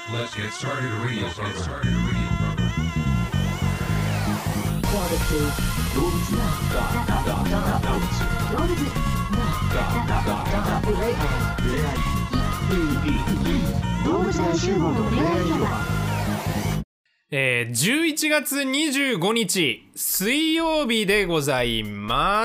Let's get started radio program. 11月25日水曜日でございます。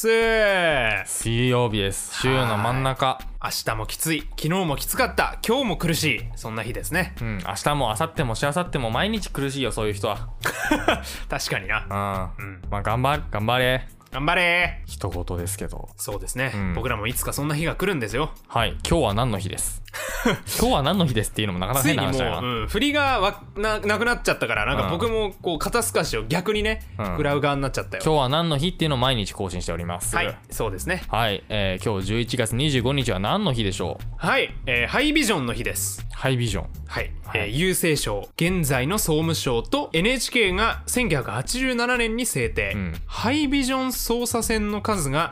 水曜日です。週の真ん中。 明日もきつい、昨日もきつかった、今日も苦しい、そんな日ですね。 明日も明後日もしあさっても毎日苦しいよ、そういう人は。 確かにな。 まあ頑張れ頑張れー。 一言ですけど。 そうですね、僕らもいつかそんな日が来るんですよ。 はい、今日は何の日です今日は何の日ですっていうのもなかなか変な話だな。 ついにもう、振りがなくなっちゃったから、なんか僕もこう肩透かしを逆にね、食らう側になっちゃったよ。 今日は何の日っていうのを毎日更新しております。 はい、そうですね。 はい、今日11月25日は何の日でしょう。 はい、ハイビジョンの日です。 ハイビジョン。 はい、郵政省、現在の総務省と NHK が1987年に制定、ハイビジョン操作線の数が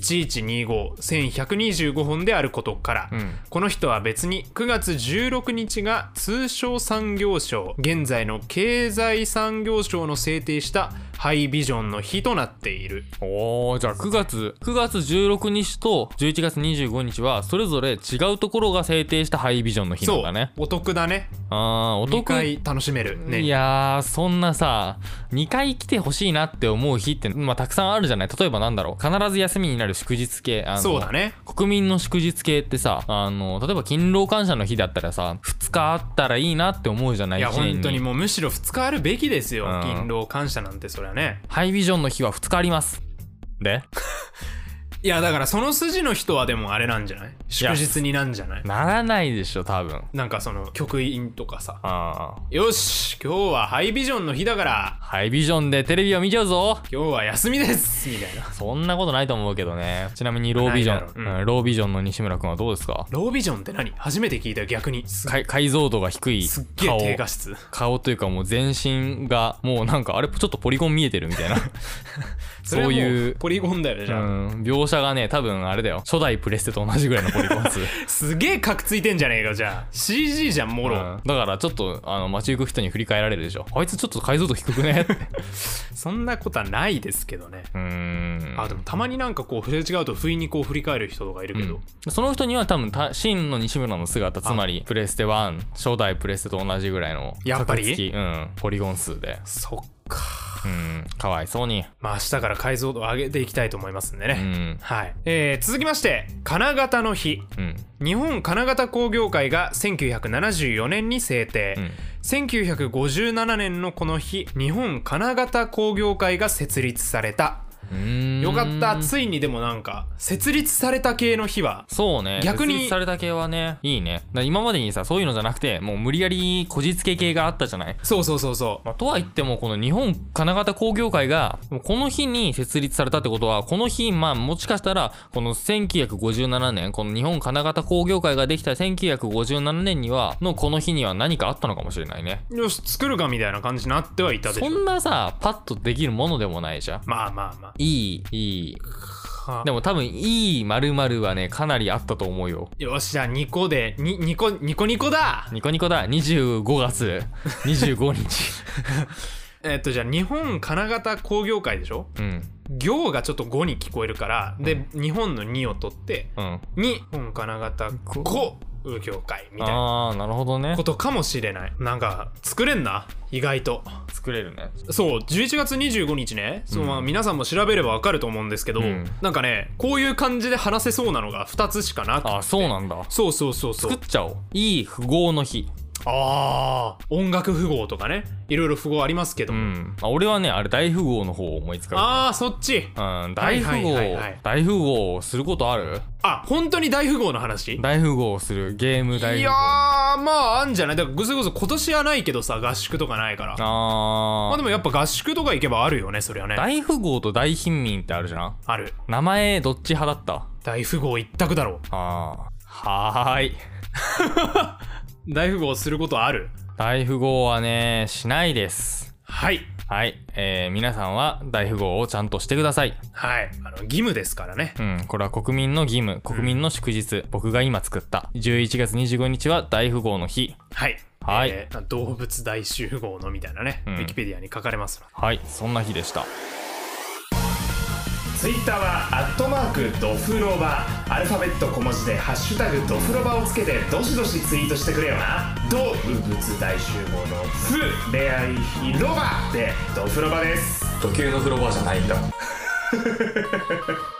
1125,1125本であることから、この人は別に9月16日が通商産業省、現在の経済産業省の制定したハイビジョンの日となっている。 おー、じゃあ9月16日と11月25日はそれぞれ違うところが制定したハイビジョンの日なんだね。 そう、お得だね。 お得。 2回楽しめるね。 いやー、そんなさ2回来てほしいなって思う日ってたくさんあるじゃない。例えばなんだろう、必ず休みになる祝日系、 そうだね、 国民の祝日系ってさ、例えば勤労感謝の日だったらさ2日あったらいいなって思うじゃない。 いや 1年に本当にもうむしろ2日あるべきですよ、勤労感謝なんて。そりゃね、 ハイビジョンの日は2日ありますでいやだからその筋の人はでもあれなんじゃない、祝日になんじゃない。 ならないでしょ多分。 なんかその局員とかさ、よし今日はハイビジョンの日だからハイビジョンでテレビを見ちゃうぞ、 今日は休みですみたいな。 そんなことないと思うけどね。ちなみにロービジョン、ロービジョンの西村くんはどうですか。 ロービジョンって何、初めて聞いたよ逆に。 解像度が低いすっげえ低画質顔というか、もう全身がもうなんかあれちょっとポリゴン見えてるみたいなそういうポリゴンだよねじゃあ、 描写がね多分あれだよ、初代プレステと同じぐらいのポリゴン数すげえカクついてんじゃねえかじゃあ。 CG じゃんもろ、 だからちょっと街行く人に振り返られるでしょ、あいつちょっと解像度低くねってそんなことはないですけどね。でもたまになんかこうすれ違うと不意にこう振り返る人とかいるけど、 その人には多分真の西村の姿、つまりプレステ1初代プレステと同じぐらいのやっぱりポリゴン数で。 そっか、 かわいそうに。 まあ明日から解像度を上げていきたいと思いますんでね。はい、続きまして金型の日、日本金型工業会が1974年に制定、1957年のこの日日本金型工業会が設立された。よかった、ついに。でもなんか設立された系の日は、 そうね、 逆に設立された系はねいいね。今までにさそういうのじゃなくてもう無理やりこじつけ系があったじゃない。 そう、とは言ってもこの日本金型工業会がこの日に設立されたってことは、この日もしかしたらこの1957年この日本金型工業会ができた1957年にはこの日には何かあったのかもしれないね。 よし作るかみたいな感じになってはいたでしょ。 そんなさパッとできるものでもないじゃん。 まあいいでも多分いい〇〇はねかなりあったと思うよ。 よし、じゃあ2個でニコだニコニコだ25月25日じゃあ日本金型工業会でしょ。行がちょっと5に聞こえるから、で日本の2を取って、日本金型工業会みたいな。 なるほどね。 ことかもしれない。なんか作れんな、意外と作れるね。 そう、11月25日ね、皆さんも調べればわかると思うんですけど、なんかねこういう感じで話せそうなのが2つしかなくて。 そうなんだ。 そう作っちゃおう。いい富豪の日。 音楽富豪とかね、いろいろ富豪ありますけども、 俺はねあれ大富豪の方を思いつかる。 そっち。 大富豪することある？ 本当に大富豪の話？ 大富豪するゲーム大富豪。 いやーあんじゃない。だからぐそぐそ今年はないけどさ、合宿とかないから。でもやっぱ合宿とか行けばあるよね、そりゃね。 大富豪と大貧民ってあるじゃん。 ある。 名前どっち派だった？ 大富豪一択だろう。 はーい大富豪することある？ 大富豪はねしないです。 はい、 皆さんは大富豪をちゃんとしてください。 義務ですからね。 これは国民の義務、国民の祝日、僕が今作った11月25日は大富豪の日。 はい、 動物大集合のみたいなね、ウィキペディアに書かれますので。 はい、そんな日でした。 ツイッターはドフロバ、アルファベット小文字でハッシュタグドフロバをつけてどしどしツイートしてくれよな。動物大集合のフ恋愛広場でドフロバです。 時計の風呂場じゃないんだ